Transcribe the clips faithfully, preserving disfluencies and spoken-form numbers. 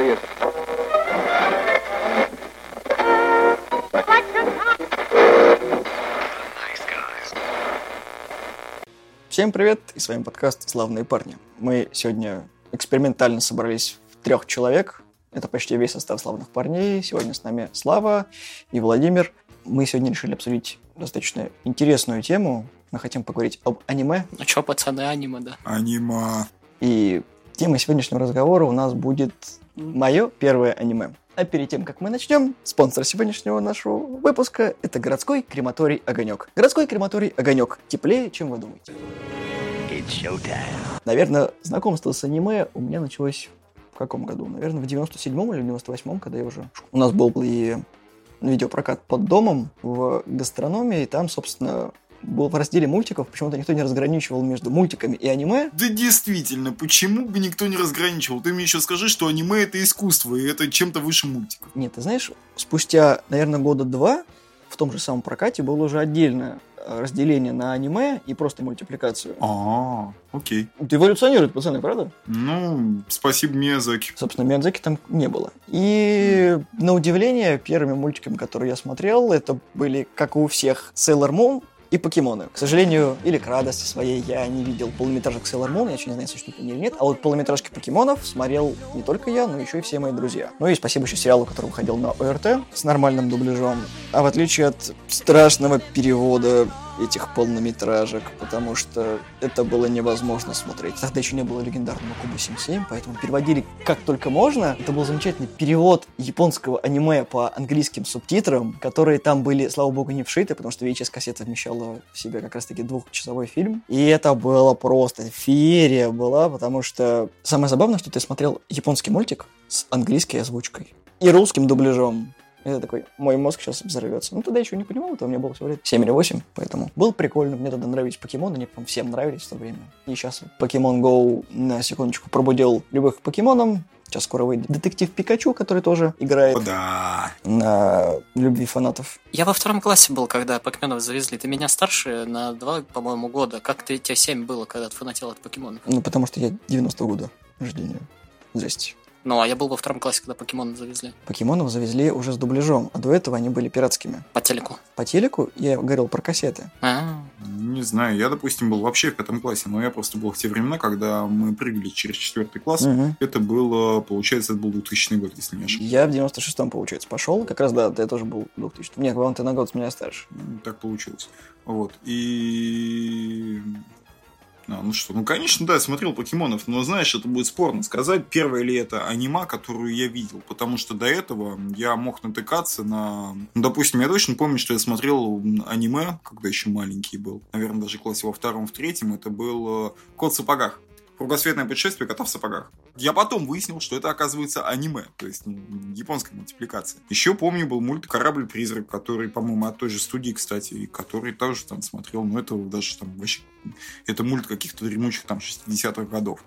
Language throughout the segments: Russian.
serious. Всем привет, и с вами подкаст «Славные парни». Мы сегодня экспериментально собрались в трех человек. Это почти весь состав «Славных парней». Сегодня с нами Слава и Владимир. Мы сегодня решили обсудить достаточно интересную тему. Мы хотим поговорить об аниме. Ну чё, пацаны, аниме, да? Аниме. И тема сегодняшнего разговора у нас будет мое первое аниме. А перед тем, как мы начнем, спонсор сегодняшнего нашего выпуска – это городской крематорий «Огонек». Городской крематорий «Огонек» теплее, чем вы думаете. Наверное, знакомство с аниме у меня началось в каком году? Наверное, в девяносто седьмом или девяносто восьмом, когда я уже... У нас был и видеопрокат под домом в гастрономе, и там, собственно, был в разделе мультиков, почему-то никто не разграничивал между мультиками и аниме. Да действительно, почему бы никто не разграничивал? Ты мне еще скажи, что аниме это искусство, и это чем-то выше мультиков. Нет, ты знаешь, спустя, наверное, года два в том же самом прокате было уже отдельное разделение на аниме и просто мультипликацию. А, окей. Это эволюционирует, пацаны, правда? Ну, спасибо Миядзаки. Собственно, Миядзаки там не было. И, на удивление, первыми мультиками, которые я смотрел, это были, как и у всех, Sailor Moon и покемоны. К сожалению, или к радости своей, я не видел полнометражек Sailor Moon, я еще не знаю, существуют они или нет, а вот полнометражки покемонов смотрел не только я, но еще и все мои друзья. Ну и спасибо еще сериалу, который выходил на о эр тэ с нормальным дубляжом. А в отличие от страшного перевода этих полнометражек, потому что это было невозможно смотреть. Тогда еще не было легендарного Куба семь семь, поэтому переводили как только можно. Это был замечательный перевод японского аниме по английским субтитрам, которые там были, слава богу, не вшиты, потому что ви эйч эс-кассета вмещала в себя как раз-таки двухчасовой фильм. И это было просто феерия была, потому что самое забавное, что ты смотрел японский мультик с английской озвучкой и русским дубляжом. Это такой, мой мозг сейчас взорвется. Ну, тогда еще не понимал, то у меня было всего лет семь или восемь, поэтому был прикольно. Мне тогда нравились покемоны, они прям всем нравились в то время. И сейчас Pokemon Go на секундочку пробудил любых покемоном. Сейчас скоро выйдет детектив Пикачу, который тоже играет О, да. на любви фанатов. Я во втором классе был, когда покемонов завезли. Ты меня старше на два, по-моему, года. Как ты, тебе семь было, когда ты фанател от покемонов? Ну, потому что я девяностого года рождения. Здрасте. Ну, а я был во втором классе, когда покемонов завезли. Покемонов завезли уже с дубляжом, а до этого они были пиратскими. По телеку. По телеку я говорил про кассеты. А-а-а. Не знаю, я, допустим, был вообще в пятом классе, но я просто был в те времена, когда мы прыгали через четвертый класс. Угу. Это было, получается, это был двухтысячный год, если не ошибаюсь. Я в девяносто шестом, получается, пошел. Как раз, да, я тоже был двухтысячный. Нет, главное, ты на год с меня старше. Так получилось. Вот. И... А, ну что, ну конечно, да, я смотрел покемонов, но знаешь, это будет спорно сказать, первое ли это аниме, которую я видел, потому что до этого я мог натыкаться на... Ну, допустим, я точно помню, что я смотрел аниме, когда еще маленький был, наверное, даже в классе во втором, в третьем, это был «Кот в сапогах». Кругосветное путешествие кота в сапогах. Я потом выяснил, что это, оказывается, аниме, то есть ну, японская мультипликация. Еще помню, был мульт «Корабль-призрак», который, по-моему, от той же студии, кстати, и который тоже там смотрел, но это даже там вообще... Это мульт каких-то дремучих там шестидесятых годов.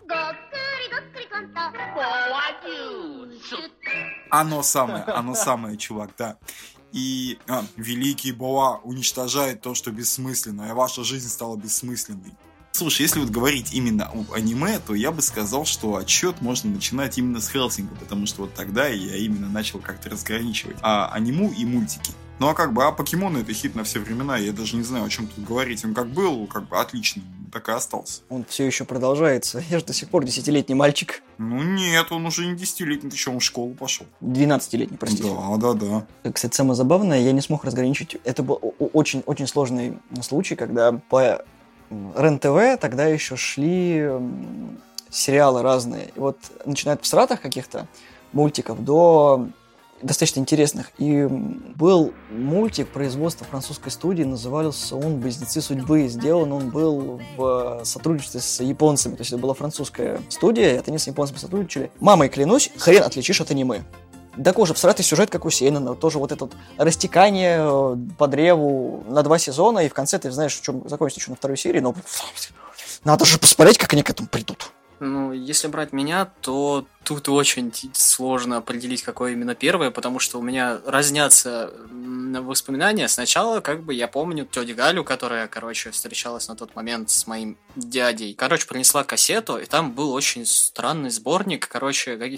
Оно самое, оно самое, чувак, да. И а, великий Боа уничтожает то, что бессмысленно, и ваша жизнь стала бессмысленной. Слушай, если вот говорить именно об аниме, то я бы сказал, что отсчет можно начинать именно с Хелсинга, потому что вот тогда я именно начал как-то разграничивать а, аниму и мультики. Ну а как бы, а покемоны это хит на все времена, я даже не знаю, о чем тут говорить. Он как был, как бы отличный, так и остался. Он все еще продолжается. Я же до сих пор десятилетний мальчик. Ну нет, он уже не десятилетний, ты что, он в школу пошел? двенадцатилетний, простите. Да, да, да. Кстати, самое забавное, я не смог разграничить. Это был очень-очень сложный случай, когда по РЕН-ТВ тогда еще шли сериалы разные. И вот начиная от всратых каких-то мультиков до достаточно интересных. И был мультик производства французской студии, назывался он «Близнецы судьбы». Сделан он был в сотрудничестве с японцами. То есть это была французская студия, и они с японцами сотрудничали. Мамой клянусь, хрен отличишь от аниме. Такой же всратый сюжет, как у Сейнена. Тоже вот это вот растекание по древу на два сезона, и в конце ты знаешь, в чем закончится еще на второй серии, но надо же посмотреть, как они к этому придут. Ну, если брать меня, то тут очень сложно определить, какое именно первое, потому что у меня разнятся воспоминания. Сначала, как бы, я помню тетю Галю, которая, короче, встречалась на тот момент с моим дядей. Короче, принесла кассету, и там был очень странный сборник, короче, каких-то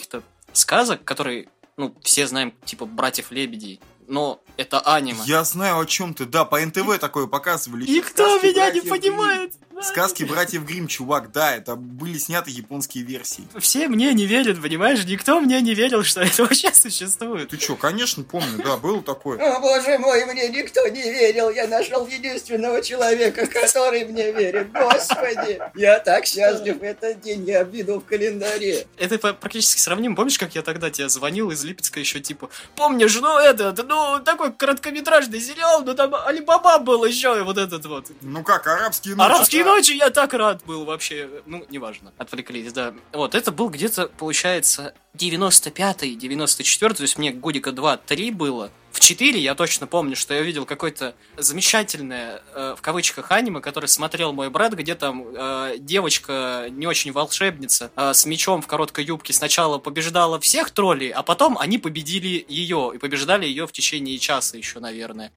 сказок, которые, ну, все знаем, типа «Братьев Лебедей», но это аниме. Я знаю, о чем ты, да, по эн тэ вэ такое показывали. Никто меня не понимает. Сказки братьев Гримм, чувак, да, это были сняты японские версии. Все мне не верят, понимаешь? Никто мне не верил, что это вообще существует. Ты чё, конечно, помню, да, было такое. О, боже мой, мне никто не верил. Я нашел единственного человека, который мне верит. Господи, я так счастлив в этот день, я обведу в календаре. Это практически сравнимо. Помнишь, как я тогда тебе звонил из Липецка еще, типа, помнишь, ну, этот, ну, такой короткометражный сериал, ну, там Алибаба был еще, и вот этот вот. Ну как, арабские ночи? Арабские ночи, я так рад был вообще. Ну, неважно. Отвлеклись, да. Вот, это был где-то, получается, девяносто пятый, девяносто четвёртый, то есть мне годика два-три было. В четыре я точно помню, что я видел какое-то замечательное, э, в кавычках, аниме, которое смотрел мой брат, где там э, девочка, не очень волшебница, э, с мечом в короткой юбке сначала побеждала всех троллей, а потом они победили ее, и побеждали ее в течение часа еще, наверное.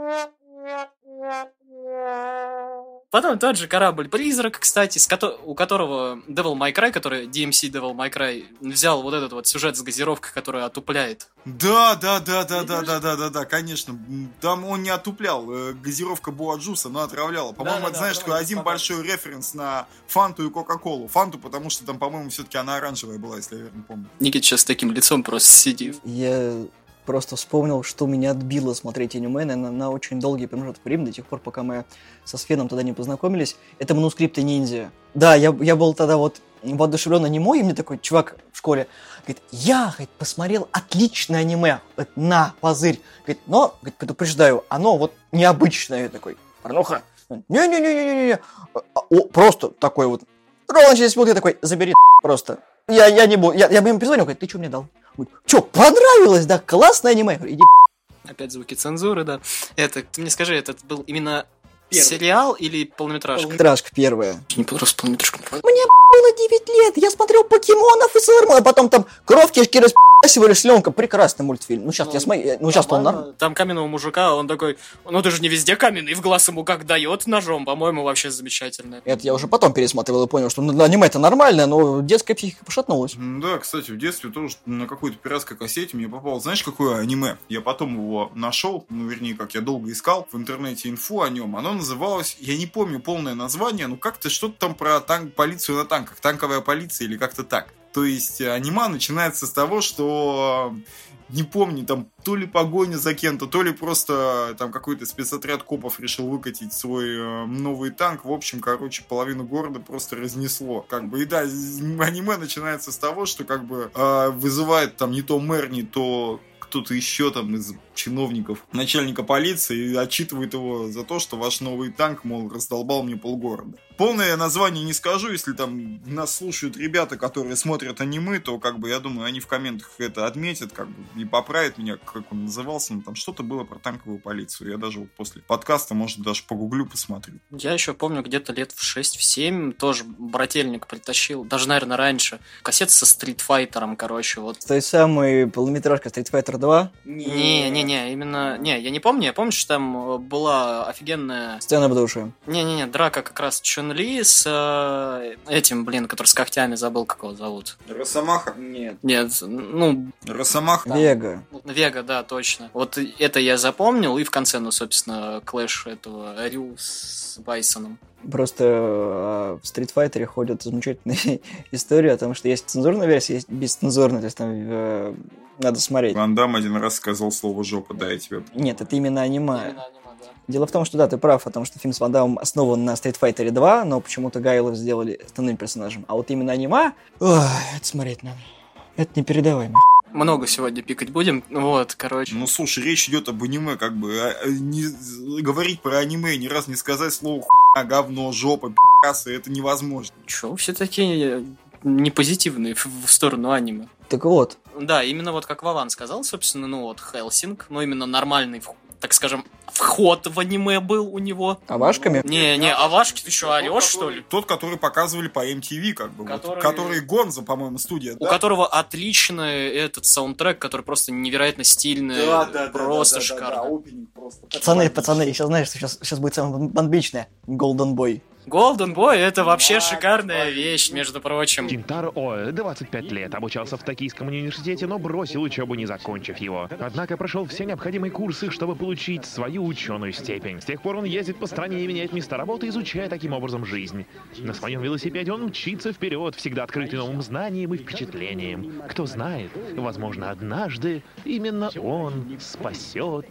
Потом тот же корабль-призрак, кстати, с ко- у которого Devil May Cry, который ди эм си Devil May Cry, взял вот этот вот сюжет с газировкой, которая отупляет. Да, да, да, да, да, да, да, да, да, конечно. Там он не отуплял. Газировка Буаджуса, но отравляла. По-моему, да, это, да, знаешь, да, такой один да, большой референс на Фанту и Кока-Колу. Фанту, потому что там, по-моему, все-таки она оранжевая была, если я верно помню. Никит сейчас с таким лицом просто сидит. Я просто вспомнил, что меня отбило смотреть аниме на, на очень долгий промежуток времени, до тех пор, пока мы со Свеном тогда не познакомились. Это «Манускрипты ниндзя». Да, я, я был тогда вот воодушевлен аниме, и мне такой чувак в школе говорит, я, говорит, посмотрел отличное аниме, говорит, на, позырь. Говорит, но, говорит, предупреждаю, оно вот необычное. Я такой, порнуха? Не-не-не-не-не-не. Просто такой вот. Ровно через минуту я такой, забери просто. Я, я не буду. Я, я ему перезвонил, говорит, ты что мне дал? Че, понравилось, да? Классное аниме. Иди. Опять звуки цензуры, да. Это, ты мне скажи, этот был именно Первый. Сериал или полнометражка? Полнометражка первая. Не просто полнометражка. Мне было девять лет, я смотрел покемонов и Сейлор, а потом там кровь, кишки, распи***сивали, сленка. Прекрасный мультфильм. Ну сейчас ну, я смотрю, ну сейчас он норм. Там каменного мужика, он такой, ну ты же не везде каменный, в глаз ему как дает ножом, по-моему, вообще замечательно. Это я уже потом пересматривал и понял, что ну, аниме это нормально, но детская психика пошатнулась. Да, кстати, в детстве тоже на какой-то пиратской кассете мне попало, знаешь, какое аниме? Я потом его нашел, ну вернее, как я долго искал в интернете инфу о нем. Оно называлось, я не помню полное название, но как-то что-то там про танк, полицию на танках, танковая полиция или как-то так. То есть аниме начинается с того, что не помню, там то ли погоня за кем-то, то ли просто там какой-то спецотряд копов решил выкатить свой э, новый танк. В общем, короче, половину города просто разнесло. Как бы, и да, аниме начинается с того, что как бы э, вызывает там не то мэр, не то кто-то еще там из чиновников, начальника полиции, и отчитывает его за то, что ваш новый танк, мол, раздолбал мне полгорода. Полное название не скажу, если там нас слушают ребята, которые смотрят аниме, то, как бы, я думаю, они в комментах это отметят, как бы, и поправят меня, как он назывался, но там что-то было про танковую полицию. Я даже вот после подкаста, может, даже погуглю, посмотрю. Я еще помню, где-то лет в шесть-семь тоже брательник притащил, даже, наверное, раньше, кассет со стритфайтером, короче, вот. Той самой полнометражка Street Fighter два? Не-не-не, именно... Не, я не помню, я помню, что там была офигенная... Сцена в душе. Не-не-не, драка как раз Чун-Ли с э, этим, блин, который с когтями, забыл, как его зовут. Росомаха? Нет. Нет, ну... Росомаха? Там. Вега. Вега, да, точно. Вот это я запомнил, и в конце, ну, собственно, клэш этого Рю с Байсоном. Просто э, в Street Fighter ходят замечательные истории о том, что есть цензурная версия, есть бесцензурная, то есть там э, надо смотреть. Ван Дам один раз сказал слово «жопа», да, я тебе... Нет, это именно аниме. Именно аниме, да. Дело в том, что да, ты прав о том, что фильм с Ван Дамом основан на Street Fighter два, но почему-то Гайлов сделали основным персонажем. А вот именно аниме, ой, это смотреть надо. Это непередаваемо. Много сегодня пикать будем, вот, короче. Ну, слушай, речь идет об аниме, как бы, а, не, говорить про аниме, ни раз не сказать слово хуйня, говно, жопа, пи***асы, это невозможно. Чё, все такие не позитивные в, в сторону аниме. Так вот. Да, именно вот как Вован сказал, собственно, ну вот, Хелсинг, но именно нормальный, так скажем, вход в аниме был у него. Авашками? Не, не, Авашки, ты что, орешь, что ли? Тот, который показывали по эм ти ви, как бы, который, вот, который Гонзо, по-моему, студия. У да? которого отличный этот саундтрек, который просто невероятно стильный, да, да, просто да, да, шикарно. да, да, да, просто. Пацаны, пацаны, сейчас знаешь, что сейчас, сейчас будет самое бомбичное. Golden Boy. Golden Boy — это вообще шикарная вещь, между прочим. Кинтаро Оэ, двадцать пять лет, обучался в Токийском университете, но бросил учебу, не закончив его. Однако прошел все необходимые курсы, чтобы получить свою ученую степень. С тех пор он ездит по стране и меняет места работы, изучая таким образом жизнь. На своем велосипеде он мчится вперед, всегда открытый новым знаниям и впечатлениям. Кто знает, возможно, однажды именно он спасет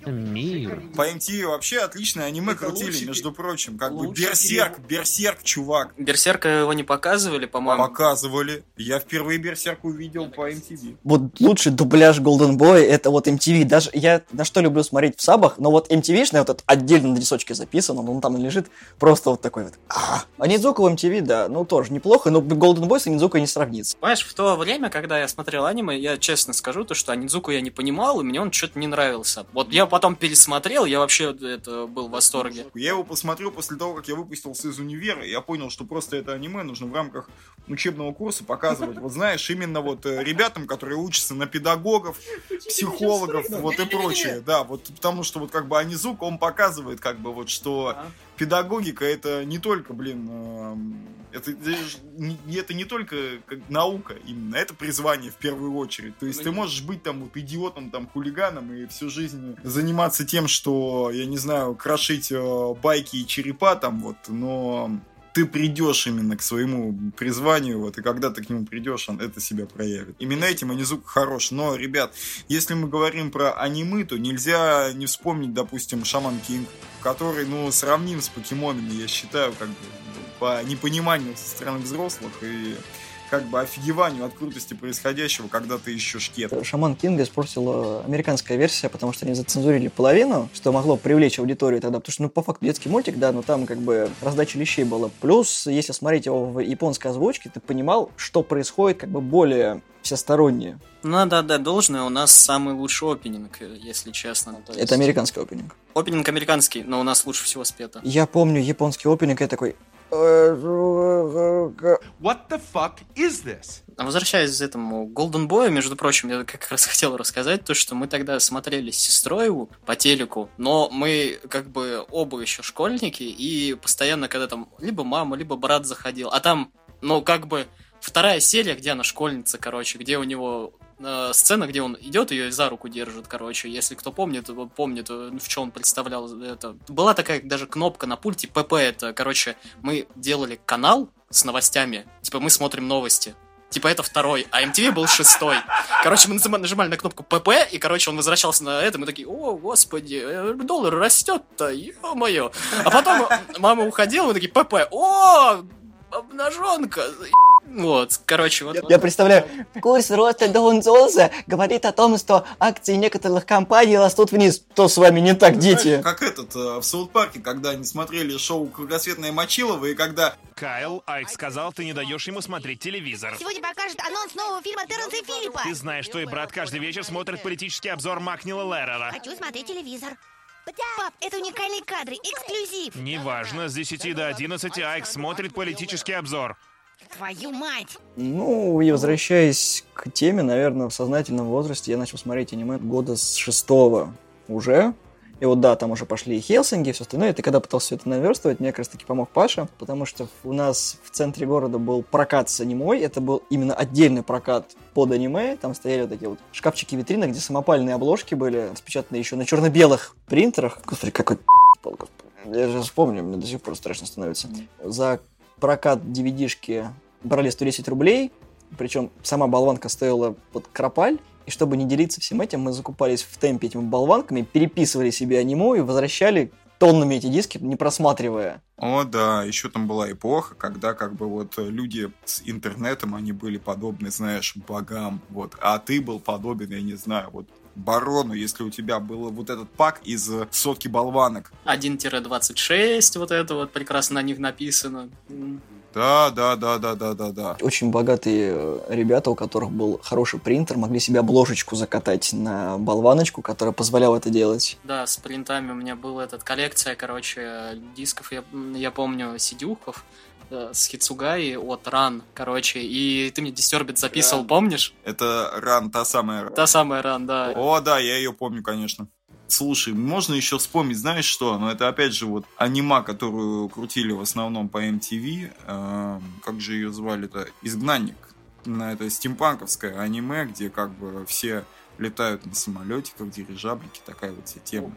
мир. По эм ти ви вообще отличное аниме крутили, между прочим. Как бы Берсерк, Берсерк, чувак. Берсерка его не показывали, по-моему. Показывали. Я впервые Берсерк увидел по эм ти ви. Вот лучший дубляж Golden Boy — это вот эм ти ви. Даже я на что люблю смотреть в сабах, но вот эм ти ви-шный вот этот отдельно на дисочке записан, он, он там лежит просто вот такой вот. А Нидзука в эм ти ви, да, ну тоже неплохо, но Golden Boy с Нидзукой не сравнится. Понимаешь, в то время, когда я смотрел аниме, я честно скажу, то, что Нидзуку я не понимал, и мне он что-то не нравился. Вот я потом пересмотрел, я вообще это был в восторге. Я его посмотрел после того, как я выпустился из универа, и я понял, что просто это аниме нужно в рамках учебного курса показывать. Вот знаешь, именно вот ребятам, которые учатся на педагогов, психологов, вот и прочее. Да, вот потому что вот как бы Нидзука, он показывает как бы вот, что педагогика это не только, блин, это, это не только как наука именно, это призвание в первую очередь. То есть ты можешь быть там вот идиотом, там хулиганом и всю жизнь заниматься тем, что, я не знаю, крошить байки и черепа там вот, но ты придешь именно к своему призванию, вот, и когда ты к нему придешь, он это себя проявит. Именно этим Онидзука хорош. Но, ребят, если мы говорим про аниме, то нельзя не вспомнить, допустим, Шаман Кинг, который, ну, сравним с покемонами, я считаю, как бы, по непониманию со стороны взрослых и как бы офигеванию от крутости происходящего, когда ты еще шкет. Шаман Кинга испортила американская версия, потому что они зацензурили половину, что могло привлечь аудиторию тогда, потому что, ну, по факту детский мультик, да, но там как бы раздача лещей была. Плюс, если смотреть его в японской озвучке, ты понимал, что происходит как бы более всестороннее. Ну да, да, должное, у нас самый лучший опенинг, если честно. То есть... Это американский опенинг. Опенинг американский, но у нас лучше всего спето. Я помню японский опенинг, я такой... What the fuck is this? А возвращаясь к этому Golden Boy, между прочим, я как раз хотел рассказать то, что мы тогда смотрели с сестрой его по телеку, но мы как бы оба еще школьники, и постоянно, когда там либо мама, либо брат заходил, а там, ну, как бы вторая серия, где она школьница, короче, где у него э, сцена, где он идет, ее за руку держит, короче, если кто помнит, помнит, в чем он представлял это. Была такая даже кнопка на пульте, ПП, это, короче, мы делали канал с новостями, типа мы смотрим новости. Типа это второй, а эм ти ви был шестой. Короче, мы нажимали на кнопку ПП, и, короче, он возвращался на это, мы такие, о, господи, доллар растет-то, ё-моё. А потом мама уходила, мы такие, ПП, о, обнаженка. Вот, короче, вот. Я, я представляю, курс роста Доу Джонса говорит о том, что акции некоторых компаний растут вниз. Что с вами не так, дети? Как этот, в Саут-парке, когда они смотрели шоу «Кругосветное Мочилово», и когда... Кайл, Айк сказал, ты не даешь ему смотреть телевизор. Сегодня покажет анонс нового фильма Терренса Филиппа. Ты знаешь, твой брат каждый вечер смотрит политический обзор Макнила Леррера. Хочу смотреть телевизор. Пап, это уникальные кадры, эксклюзив. Неважно, с десяти до одиннадцати Айк смотрит политический обзор. Твою мать! Ну, и возвращаясь к теме, наверное, в сознательном возрасте я начал смотреть аниме года с шестого уже. И вот да, там уже пошли и Хелсинги, и все остальное. И когда пытался все это наверстывать, мне как раз таки помог Паша, потому что у нас в центре города был прокат с анимой. Это был именно отдельный прокат под аниме. Там стояли вот такие вот шкафчики-витрины, где самопальные обложки были, распечатанные еще на черно-белых принтерах. Господи, какой пол. Я же вспомню, мне до сих пор страшно становится. За прокат ди ви ди-шки брали сто десять рублей, причем сама болванка стоила под кропаль. И чтобы не делиться всем этим, мы закупались в темпе этими болванками, переписывали себе аниме и возвращали тоннами эти диски, не просматривая. О, да, еще там была эпоха, когда как бы вот люди с интернетом, они были подобны, знаешь, богам, вот, а ты был подобен, я не знаю, вот, барону, если у тебя был вот этот пак из сотки болванок. один двадцать шесть, вот это вот прекрасно на них написано. Да, да, да, да, да, да, да. Очень богатые ребята, у которых был хороший принтер, могли себе обложечку закатать на болваночку, которая позволяла это делать. Да, с принтами у меня была эта коллекция, короче, дисков, я, я помню, сидюхов э, с Хицугаи от Ран, короче, и ты мне Disturbed записывал, Ран. Помнишь? Это Ран, та самая Ран. Та самая Ран, да. О, да, я ее помню, конечно. Слушай, можно еще вспомнить, знаешь что? Но это опять же вот анима, которую крутили в основном по эм ти ви. Э, как же ее звали-то? «Изгнанник». Это стимпанковское аниме, где как бы все летают на самолетиках, дирижаблики, такая вот вся тема.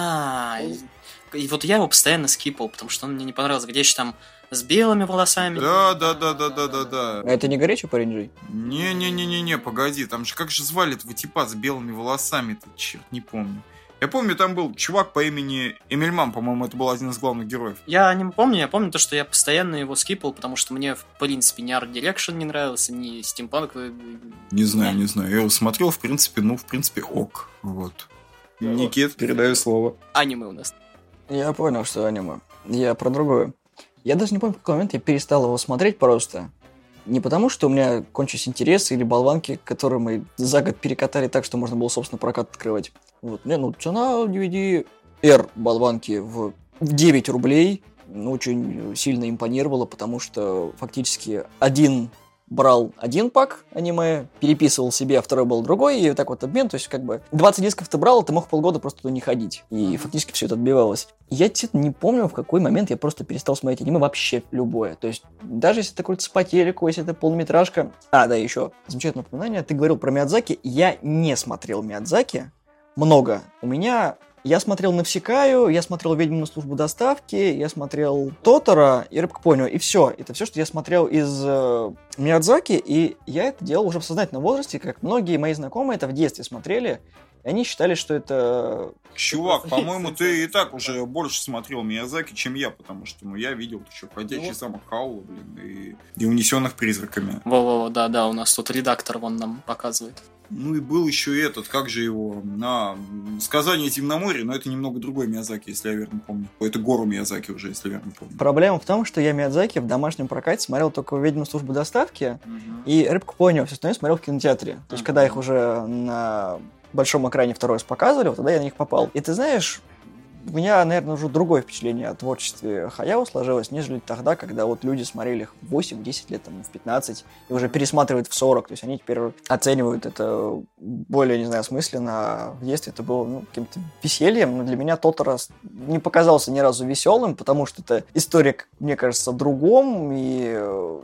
А, и, и вот я его постоянно скипал, потому что он мне не понравился. Где еще там с белыми волосами? Да, да, да, да, да, да, да. А это не горячий парень Джей? Не-не-не-не-не, погоди, там же как же звали этого типа с белыми волосами-то, черт, не помню. Я помню, там был чувак по имени Эмильман, по-моему, это был один из главных героев. Я не помню, я помню то, что я постоянно его скипал, потому что мне, в принципе, ни Art Direction не нравился, ни Steampunk. Не знаю, не знаю. Я его смотрел, в принципе, ну, в принципе, ок. Вот. Никит, передаю слово. Аниме у нас. Я понял, что аниме. Я про другое. Я даже не помню, в какой момент я перестал его смотреть просто. Не потому, что у меня кончились интересы или болванки, которые мы за год перекатали так, что можно было, собственно, прокат открывать. Вот. Не, ну, цена ди ви ди R болванки в девять рублей ну, очень сильно импонировала, потому что фактически один брал один пак аниме, переписывал себе, а второй был другой, и вот так вот обмен, то есть как бы двадцать дисков ты брал, ты мог полгода просто туда не ходить, и фактически все это отбивалось. Я действительно не помню, в какой момент я просто перестал смотреть аниме вообще любое, то есть даже если это крутится по телеку, если это полнометражка. А, да, еще замечательное упоминание, ты говорил про Миядзаки, я не смотрел Миядзаки много. У меня... Я смотрел Навсекаю, я смотрел «Ведьмину службу доставки», я смотрел Тотора и Рыбку Поню, и все. Это все, что я смотрел из э, Миядзаки, и я это делал уже в сознательном возрасте, как многие мои знакомые это в детстве смотрели, и они считали, что это... Чувак, по-моему, ты и так уже больше смотрел Миядзаки, чем я, потому что ну, я видел еще «Ходячий замок Хаула», блин, и, и «Унесенных призраками». Во-во-во, да-да, у нас тут редактор вон нам показывает. Ну и был еще и этот, как же его, на «Сказание Темноморья», но это немного другой Миядзаки, если я верно помню. Это Гору Миядзаки уже, если я верно помню. Проблема в том, что я Миядзаки в домашнем прокате смотрел только «Ведьмину службу доставки» Угу. и «Рыбку Поню», все остальное смотрел в кинотеатре. То есть, Мгм. когда их уже на большом экране второй раз показывали, вот тогда я на них попал. И ты знаешь... У меня, наверное, уже другое впечатление о творчестве Хаяо сложилось, нежели тогда, когда вот люди смотрели их в восемь-десять лет, там, в пятнадцать, и уже пересматривают в сорок. То есть они теперь оценивают это более, не знаю, осмысленно. А в детстве это было ну, каким-то весельем. Но для меня Тотора не показался ни разу веселым, потому что это история, мне кажется, о другом, и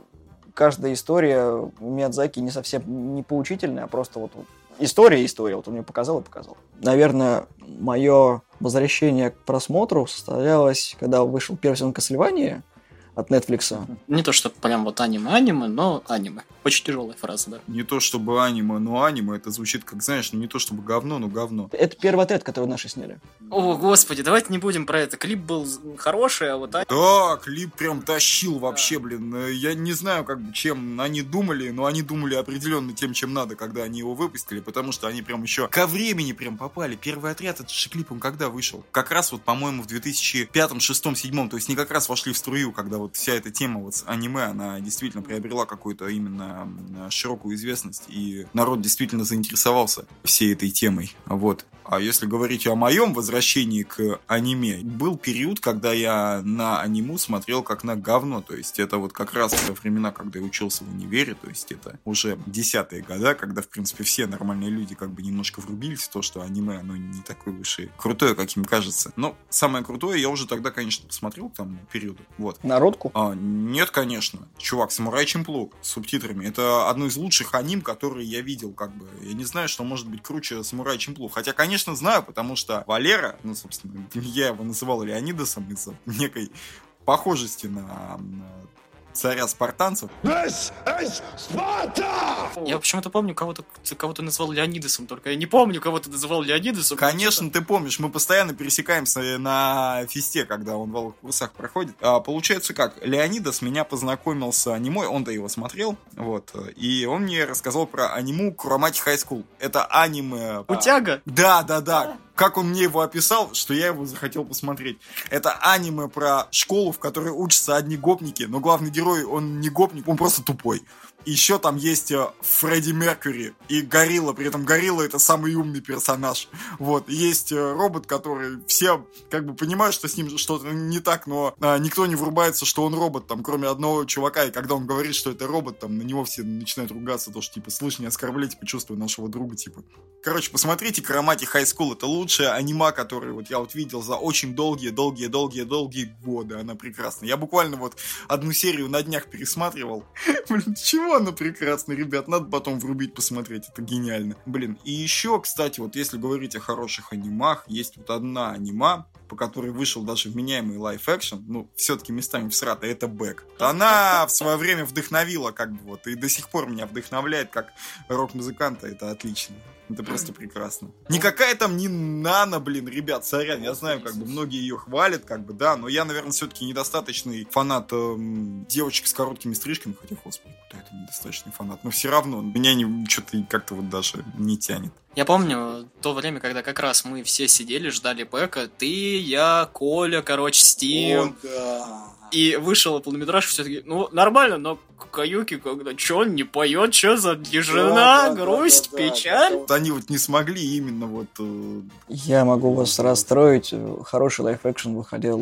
каждая история у Миядзаки не совсем не поучительная, а просто вот история, история. Вот он мне показал и показал. Наверное, мое возвращение к просмотру состоялось, когда вышел первый сезон Castlevania от Netflix. Не то, что прям вот аниме-аниме, но аниме. Очень тяжелая фраза, да. Не то чтобы аниме, но аниме, это звучит как, знаешь, ну не то чтобы говно, но говно. Это первый отряд, который наши сняли. О, господи, давайте не будем про это. Клип был хороший, а вот... а- Да, клип прям тащил вообще, блин. Я не знаю, как бы, чем они думали, но они думали определенно тем, чем надо, когда они его выпустили, потому что они прям еще ко времени прям попали. Первый отряд, этот же клип, он когда вышел? Как раз вот, по-моему, в две тысячи пятом, шестом, седьмом, то есть не как раз вошли в струю, когда вот вся эта тема вот с аниме, она действительно приобрела какую-то именно широкую известность, и народ действительно заинтересовался всей этой темой. Вот. А если говорить о моем возвращении к аниме, был период, когда я на аниму смотрел как на говно, то есть это вот как раз во времена, когда я учился в универе, то есть это уже десятые года, когда, в принципе, все нормальные люди как бы немножко врубились в то, что аниме, оно не такое уж и крутое, как им кажется. Но самое крутое я уже тогда, конечно, посмотрел к тому периоду. Вот. Народку? А, нет, конечно. Чувак, «Самурай Чэмплу» с субтитрами. Это одно из лучших аним, которые я видел, как бы. Я не знаю, что может быть круче «Самурай Чэмплу». Хотя, конечно, знаю, потому что Валера, ну, собственно, я его называл Леонидасом из-за некой похожести на, на царя спартанцев. This is Sparta! Я почему-то помню, кого-то, кого ты назвал Леонидасом, только я не помню, кого ты называл Леонидасом. Конечно, ты помнишь, мы постоянно пересекаемся на фесте, когда он в Алых Курсах проходит. А, получается как, Леонидас меня познакомил с аниме, он-то его смотрел, вот, и он мне рассказал про аниму Курамати Хай Скул. Это аниме... Утяга? Да, да, да. Как он мне его описал, что я его захотел посмотреть. Это аниме про школу, в которой учатся одни гопники, но главный герой, он не гопник, он просто тупой. еще там есть э, Фредди Меркьюри и Горилла, при этом Горилла это самый умный персонаж. Вот, есть э, робот, который все как бы понимают, что с ним что-то не так, но э, никто не врубается, что он робот, там, кроме одного чувака, и когда он говорит, что это робот, там, на него все начинают ругаться, то, что, типа, слышь, не оскорбляй, типа, чувствую нашего друга, типа. Короче, посмотрите Карамати High School, это лучшая анима, которую вот я вот видел за очень долгие-долгие-долгие-долгие годы, она прекрасна. Я буквально вот одну серию на днях пересматривал. Блин, чего она прекрасна, ребят, надо потом врубить, посмотреть, это гениально. Блин, и еще, кстати, вот если говорить о хороших анимах, есть вот одна анима, по которой вышел даже вменяемый лайф-экшн, ну, все-таки местами всратый, это Бэк. Она в свое время вдохновила, как бы вот, и до сих пор меня вдохновляет, как рок-музыканта, это отлично. Это просто прекрасно. Никакая там не Нана, блин, ребят, сорян, я знаю, как бы многие ее хвалят, как бы, да, но я, наверное, все-таки недостаточный фанат эм, девочек с короткими стрижками, хотя, господи, куда это недостаточный фанат, но все равно меня не, что-то как-то вот даже не тянет. Я помню то время, когда как раз мы все сидели, ждали Бэка, ты, я, Коля, короче, Стив. О, да. И вышел полнометражка, все таки ну, нормально, но Каюки, когда чё он не поет, чё за тишина, Да, да, грусть, да, да, печаль. да. Вот они вот не смогли именно вот... Э... Я могу вас расстроить. Хороший лайф-экшн выходил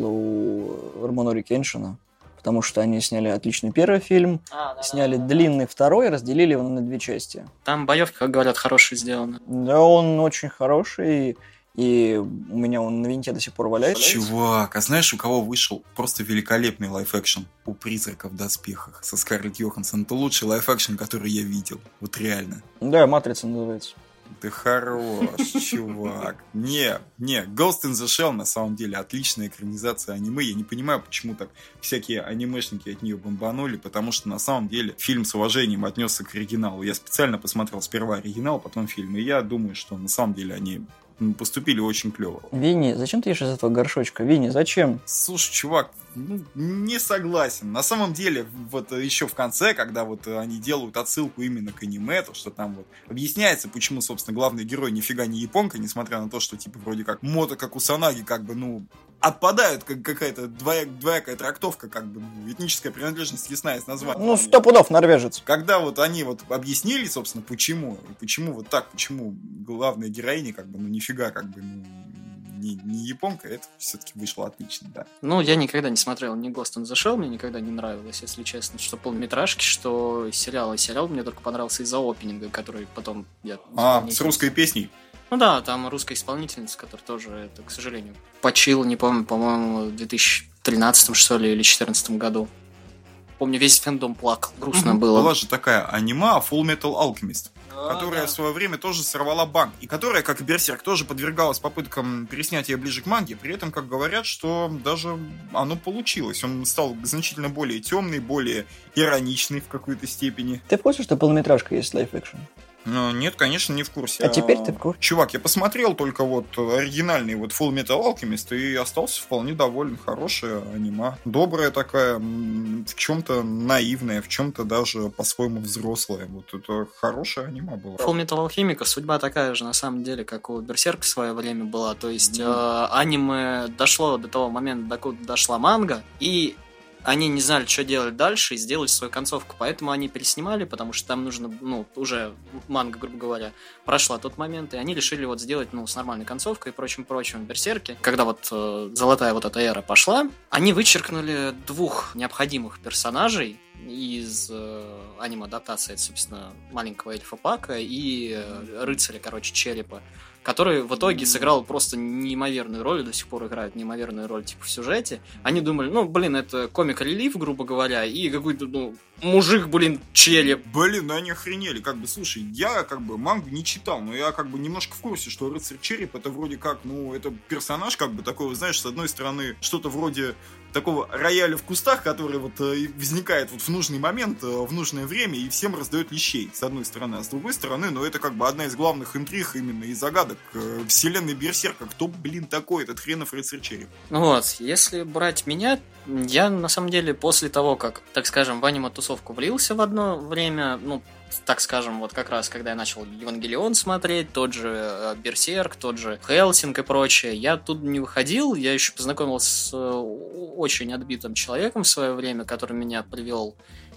у Романори Кеншина, потому что они сняли отличный первый фильм, А, да, сняли да, да, длинный второй, разделили его на две части. Там боевка, как говорят, хорошая сделана. Да, он очень хороший, и у меня он на винте до сих пор валяется. Чувак, а знаешь, у кого вышел просто великолепный лайф-экшн? У «Призрака в доспехах» со Скарлетт Йоханссон. Это лучший лайф-экшн, который я видел. Вот реально. Да, «Матрица» называется. Ты хорош, чувак. Не, не, Ghost in the Shell на самом деле отличная экранизация аниме. Я не понимаю, почему так всякие анимешники от нее бомбанули, потому что на самом деле фильм с уважением отнесся к оригиналу. Я специально посмотрел сперва оригинал, потом фильм, и я думаю, что на самом деле они поступили очень клево. Винни, зачем ты ешь из этого горшочка? Винни, зачем? Слушай, чувак, ну, не согласен. На самом деле, вот еще в конце, когда вот они делают отсылку именно к аниме, то, что там вот объясняется, почему, собственно, главный герой нифига не японка, несмотря на то, что, типа, вроде как Мото Кусанаги, как бы, ну, отпадают, как какая-то двояк, двоякая трактовка, как бы, ну, этническая принадлежность ясна из названия. Ну, сто пудов, норвежец. Когда вот они вот объяснили, собственно, почему, и почему вот так, почему главная героиня, как бы, ну, нифига, как бы, ну, не, не японка, это все-таки вышло отлично, да. Ну, я никогда не смотрел ни Ghost in the Shell, мне никогда не нравилось, если честно, что полнометражки, что сериал. И сериал мне только понравился из-за опенинга, который потом я... А, с русской песней? Ну да, там русская исполнительница, которая тоже, это, к сожалению, почил, не помню, по-моему, в две тысячи тринадцатом, что ли, или две тысячи четырнадцатом году. Помню, весь фэндом плакал, грустно mm-hmm. было. Была же такая анима Full Metal Alchemist, а, которая да. в свое время тоже сорвала банк, и которая, как и Берсерк, тоже подвергалась попыткам переснять ее ближе к манге, при этом, как говорят, что даже оно получилось. Он стал значительно более темный, более ироничный в какой-то степени. Ты в курсе, что полнометражка есть лайф-экшн? Ну, нет, конечно, не в курсе. А теперь ты в курсе? Чувак, я посмотрел только вот оригинальный вот Full Metal Alchemist и остался вполне доволен. Хорошая анима. Добрая такая, в чем-то наивная, в чем-то даже по-своему взрослая. Вот это хорошая анима была. Full Metal Alchemist судьба такая же, на самом деле, как у Берсерка в свое время была. То есть mm. э, аниме дошло до того момента, докуда дошла манга, и они не знали, что делать дальше, и сделали свою концовку. Поэтому они переснимали, потому что там нужно, ну, уже манга, грубо говоря, прошла тот момент, и они решили вот сделать, ну, с нормальной концовкой и прочим-прочим в Берсерке. Когда вот э, золотая вот эта эра пошла, они вычеркнули двух необходимых персонажей из э, аниме-адаптации, это, собственно, маленького эльфа Пака и э, рыцаря, короче, черепа, который в итоге сыграл просто неимоверную роль, и до сих пор играет неимоверную роль типа в сюжете. Они думали, ну, блин, это комик-релиф, грубо говоря, и какой-то, ну, мужик, блин, череп. Блин, ну они охренели, как бы, слушай, я как бы мангу не читал, но я как бы немножко в курсе, что рыцарь череп это вроде как, ну, это персонаж как бы такой, знаешь, с одной стороны, что-то вроде такого рояля в кустах, который вот э, возникает вот в нужный момент, э, в нужное время и всем раздает лещей, с одной стороны. А с другой стороны, ну, это как бы одна из главных интриг именно и загадок э, вселенной Берсерка. Кто, блин, такой этот хренов рыцарь череп? Ну вот, если брать меня, я на самом деле после того, как, так скажем, в аниме-тусовку влился в одно время, ну, так скажем, вот как раз, когда я начал Евангелион смотреть, тот же э, Берсерк, тот же Хелсинг и прочее, я тут не выходил, я еще познакомился с э, очень отбитым человеком в свое время, который меня привел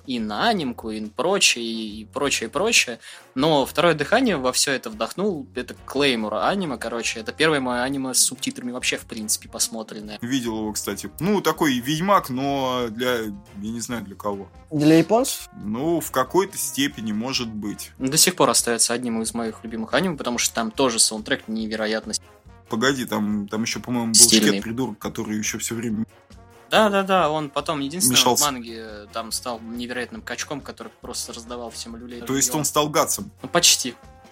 и на анимку, и прочее, и прочее, и прочее. Но второе дыхание во все это вдохнул, это Клеймор аниме, короче. Это первое мое аниме с субтитрами вообще, в принципе, посмотренное. Видел его, кстати. Ну, такой ведьмак, но для... Я не знаю, для кого. Для японцев? Ну, в какой-то степени, может быть. До сих пор остается одним из моих любимых аниме, потому что там тоже саундтрек невероятно. Погоди, там, там еще, по-моему, был Стильный. Шкет придурок, который еще все время... Да-да-да, он потом единственный Мешался. в манге там стал невероятным качком, который просто раздавал всем люлей. То есть он стал гатсом. Ну, почти.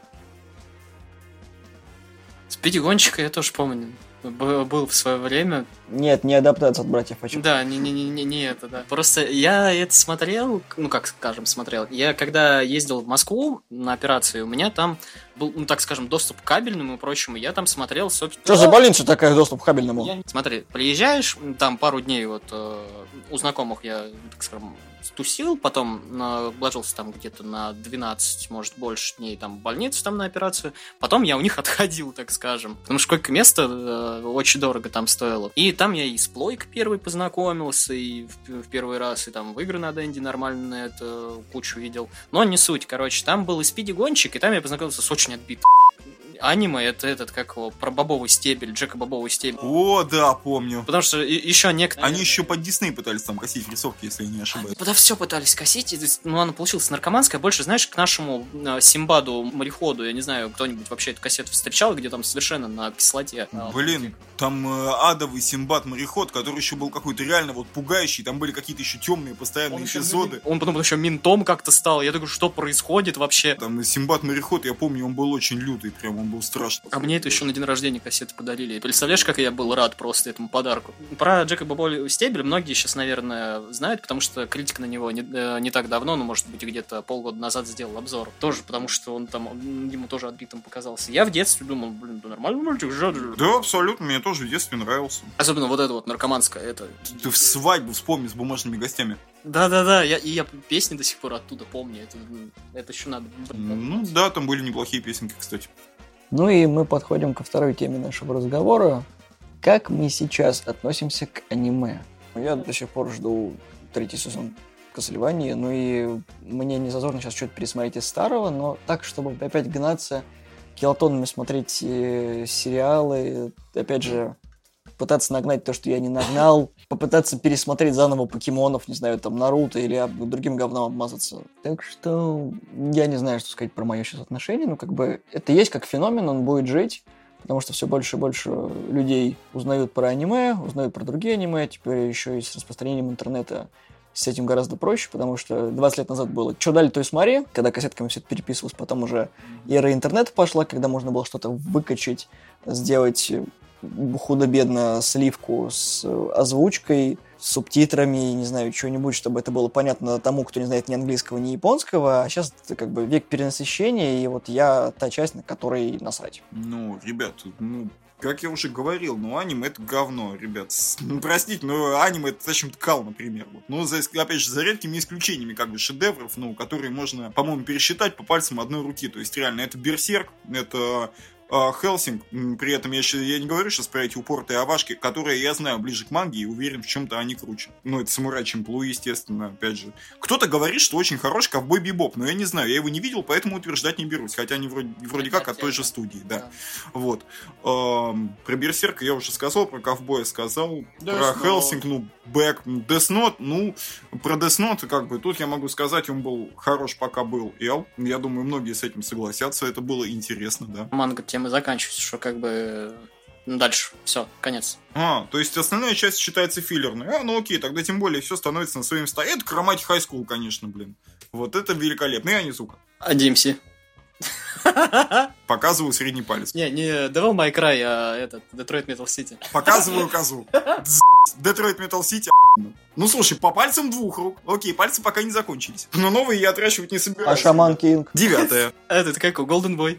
Спиди Гонщика я тоже помню. Б- был в свое время. Нет, не адаптация от братьев Ачу. Да, не, не, не, не, не это, да. Просто я это смотрел, ну как скажем, смотрел. Я когда ездил в Москву на операции, у меня там был, ну так скажем, доступ к кабельному и прочему. Я там смотрел, собственно. Что за больница такая, доступ к кабельному? Я... Смотри, приезжаешь, там пару дней вот э, у знакомых я, так скажем, тусил, потом э, ложился там где-то на двенадцать, может, больше дней там в больницу там на операцию. Потом я у них отходил, так скажем. Потому что койко-место э, очень дорого там стоило. И там я и с Плойк первый познакомился, и в, в первый раз, и там в игры на Денди нормально на это кучу видел. Но не суть, короче. Там был и спиди-гонщик, и там я познакомился с очень отбитым аниме, это этот, как его, про бобовый стебель, Джека бобовый стебель. О, да, помню. Потому что и- еще некоторые... Они еще под Дисней пытались там косить рисовки, если я не ошибаюсь. Они все пытались косить, и, то есть, ну, она получилась наркоманская. Больше, знаешь, к нашему э, Симбаду, мореходу, я не знаю, кто-нибудь вообще эту кассету встречал, где там совершенно на кислоте. э, Блин, там э, адовый Симбад-мореход, который еще был какой-то реально вот пугающий, там были какие-то еще темные постоянные Он еще эпизоды. Он потом еще ментом как-то стал. Я такой, что происходит вообще? Там Симбад-мореход, я помню, он был очень лютый, прям он был страшный. А мне это еще на день рождения кассеты подарили. И представляешь, как я был рад просто этому подарку. Про Джека Бобовый стебель многие сейчас, наверное, знают, потому что критик на него не, э, не так давно, ну, может быть, где-то полгода назад сделал обзор. Тоже потому, что он там, он, ему тоже отбитым показался. Я в детстве думал, блин, да нормальный мультик, же. Да, абсолютно, мне тоже в детстве нравился. Особенно вот это вот наркоманское, это... Ты в свадьбу вспомни с бумажными гостями. Да-да-да, я, и я песни до сих пор оттуда помню. Это, это еще надо... Ну да, там были неплохие песенки, кстати. Ну и мы подходим ко второй теме нашего разговора. Как мы сейчас относимся к аниме? Я до сих пор жду третий сезон Castlevania, ну и мне не зазорно сейчас что-то пересмотреть из старого, но так, чтобы опять гнаться, килотоннами смотреть э, сериалы, опять же, пытаться нагнать то, что я не нагнал, попытаться пересмотреть заново покемонов, не знаю, там, Наруто или об- другим говном обмазаться. Так что я не знаю, что сказать про мое сейчас отношение, ну, как бы, это есть как феномен, он будет жить, потому что все больше и больше людей узнают про аниме, узнают про другие аниме, теперь еще и с распространением интернета с этим гораздо проще, потому что двадцать лет назад было «Чё дали, то и смотри», когда кассетками все это переписывалось, потом уже эра интернета пошла, когда можно было что-то выкачать, сделать худо-бедно сливку с озвучкой, с субтитрами, не знаю, чего-нибудь, чтобы это было понятно тому, кто не знает ни английского, ни японского. А сейчас это как бы век перенасыщения, и вот я та часть, на которой насрать. Ну, ребят, ну, как я уже говорил, ну, аниме это говно, ребят. Ну, простите, но аниме это зачем-то кал, например. Вот. Ну, за, опять же, за редкими исключениями, как бы, шедевров, ну, которые можно, по-моему, пересчитать по пальцам одной руки. То есть, реально, это Берсерк, это... Хелсинг, при этом я, я не говорю сейчас про эти упортые овашки, которые я знаю ближе к манге и уверен, в чем-то они круче. Ну, это Самурай Чэмплу, естественно, опять же. Кто-то говорит, что очень хороший Ковбой Бибоп, но я не знаю, я его не видел, поэтому утверждать не берусь, хотя они вроде, вроде как от той же студии, да. да. Вот. Эм, про Берсерка я уже сказал, про Ковбоя сказал, Death про Note. Хелсинг, ну, Бэк, Death Note, ну, про Death Note, как бы, тут я могу сказать, он был хорош, пока был Эл. Я думаю, многие с этим согласятся, это было интересно, да. Манга тема заканчивается, что как бы дальше, все, конец. А, то есть основная часть считается филлерной. А, ну окей, тогда тем более все становится на свои места. Это Cromatic High School, конечно, блин. Вот это великолепно. И Онизука. А ди эм си? Показываю средний палец. Не, не Devil May Cry, а этот, Detroit Metal City. Показываю козу. Detroit Metal City. Ну слушай, по пальцам двух рук. Окей, пальцы пока не закончились. Но новые я отращивать не собираюсь. А Шаман Кинг? Девятое. Этот как у Golden Boy.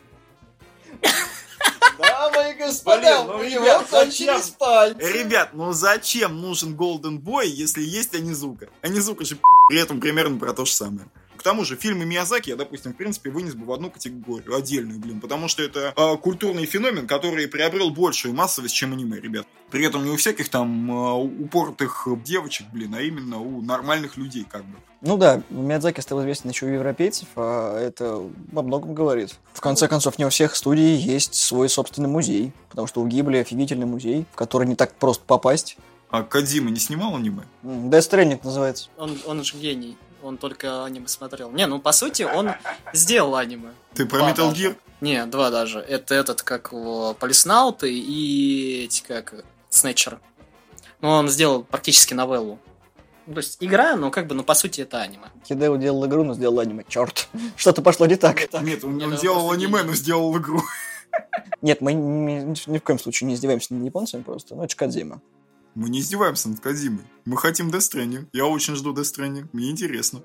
Дамы и господа, Блин, ну, у ребят, него кончились пальцы. Ребят, ну зачем нужен Golden Boy, если есть Онизука? Онизука же при этом примерно про то же самое. тому же фильмы Миязаки я, допустим, в принципе, вынес бы в одну категорию, отдельную, блин, потому что это э, культурный феномен, который приобрел большую массовость, чем аниме, ребят. При этом не у всяких там э, упортых девочек, блин, а именно у нормальных людей, как бы. Ну да, Миядзаки стал известен еще у европейцев, а это во многом говорит. В конце концов, не у всех студий есть свой собственный музей, потому что у Гибли офигительный музей, в который не так просто попасть. А Кодзима не снимал аниме? Death Stranding называется. Он, он же гений. Он только аниме смотрел. Не, ну по сути он сделал аниме. Ты про Два Metal даже. Gear? Не, два даже. Это этот, как его, Полиснауты и эти, как, Снетчер. Ну, он сделал практически новеллу. Ну, то есть игра, но как бы, ну по сути это аниме. Хидео делал игру, но сделал аниме. Черт, что-то пошло не так. Нет, он, Нет, он это делал просто аниме, гений. но сделал игру. Нет, мы ни, ни в коем случае не издеваемся над японцами просто, ну это ж Кодзима. Мы не издеваемся над Кодзимой. Мы хотим Death Stranding. Я очень жду Death Stranding. Мне интересно.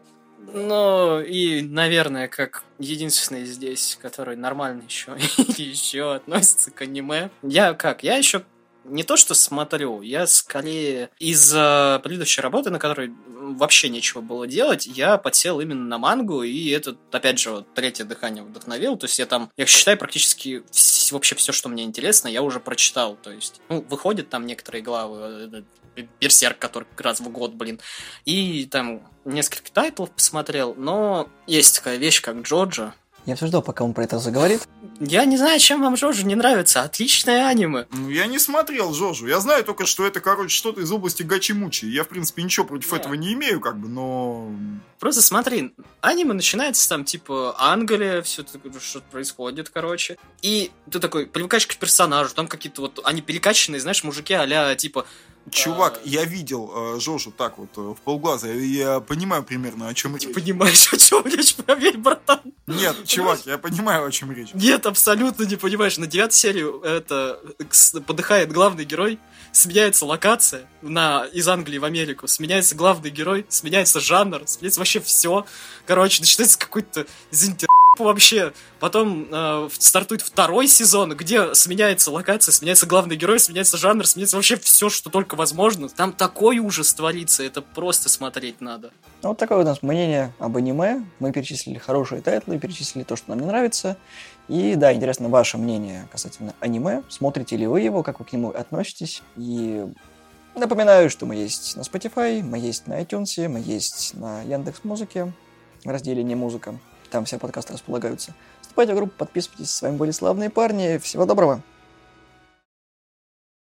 Ну, и, наверное, как единственный здесь, который нормально еще, еще относится к аниме. Я как? Я еще не то что смотрю, я скорее из-за предыдущей работы, на которой вообще нечего было делать, я подсел именно на мангу, и это, опять же, вот, третье дыхание вдохновил. То есть я там, я считаю, практически вс- вообще все, что мне интересно, я уже прочитал. То есть, ну, выходят там некоторые главы, Берсерк, который раз в год, блин, и там несколько тайтлов посмотрел, но есть такая вещь, как Джоджо. Я все ждал, пока он про это заговорит. Я не знаю, чем вам Джоджо не нравится. Отличное аниме. Ну, я не смотрел Джоджо. Я знаю только, что это, короче, что-то из области гачи-мучи. Я, в принципе, ничего против Нет. этого не имею, как бы, но... Просто смотри, аниме начинается там, типа, Англия, все что происходит, короче. И ты такой привыкаешь к персонажу, там какие-то вот, они перекачанные, знаешь, мужики а-ля, типа... Чувак, а, я видел э, Жожу так вот э, в полглаза. Я, я понимаю примерно, о чем Ты речь. понимаешь, о чем речь, поверь, братан. Нет, чувак, я понимаю, о чем речь. Нет, абсолютно не понимаешь. На девятой серии это кс- подыхает главный герой, сменяется локация на, из Англии в Америку, сменяется главный герой, сменяется жанр, сменяется вообще все. Короче, начинается какой-то, извините, вообще. Потом э, стартует второй сезон, где сменяется локация, сменяется главный герой, сменяется жанр, сменяется вообще все, что только возможно. Там такой ужас творится, это просто смотреть надо. Ну, вот такое у нас мнение об аниме. Мы перечислили хорошие тайтлы, перечислили то, что нам не нравится. И да, интересно ваше мнение касательно аниме. Смотрите ли вы его, как вы к нему относитесь. И напоминаю, что мы есть на Spotify, мы есть на iTunes, мы есть на Яндекс.Музыке в разделе «Не музыка». Там все подкасты располагаются. Вступайте в группу, подписывайтесь. С вами были славные парни. Всего доброго.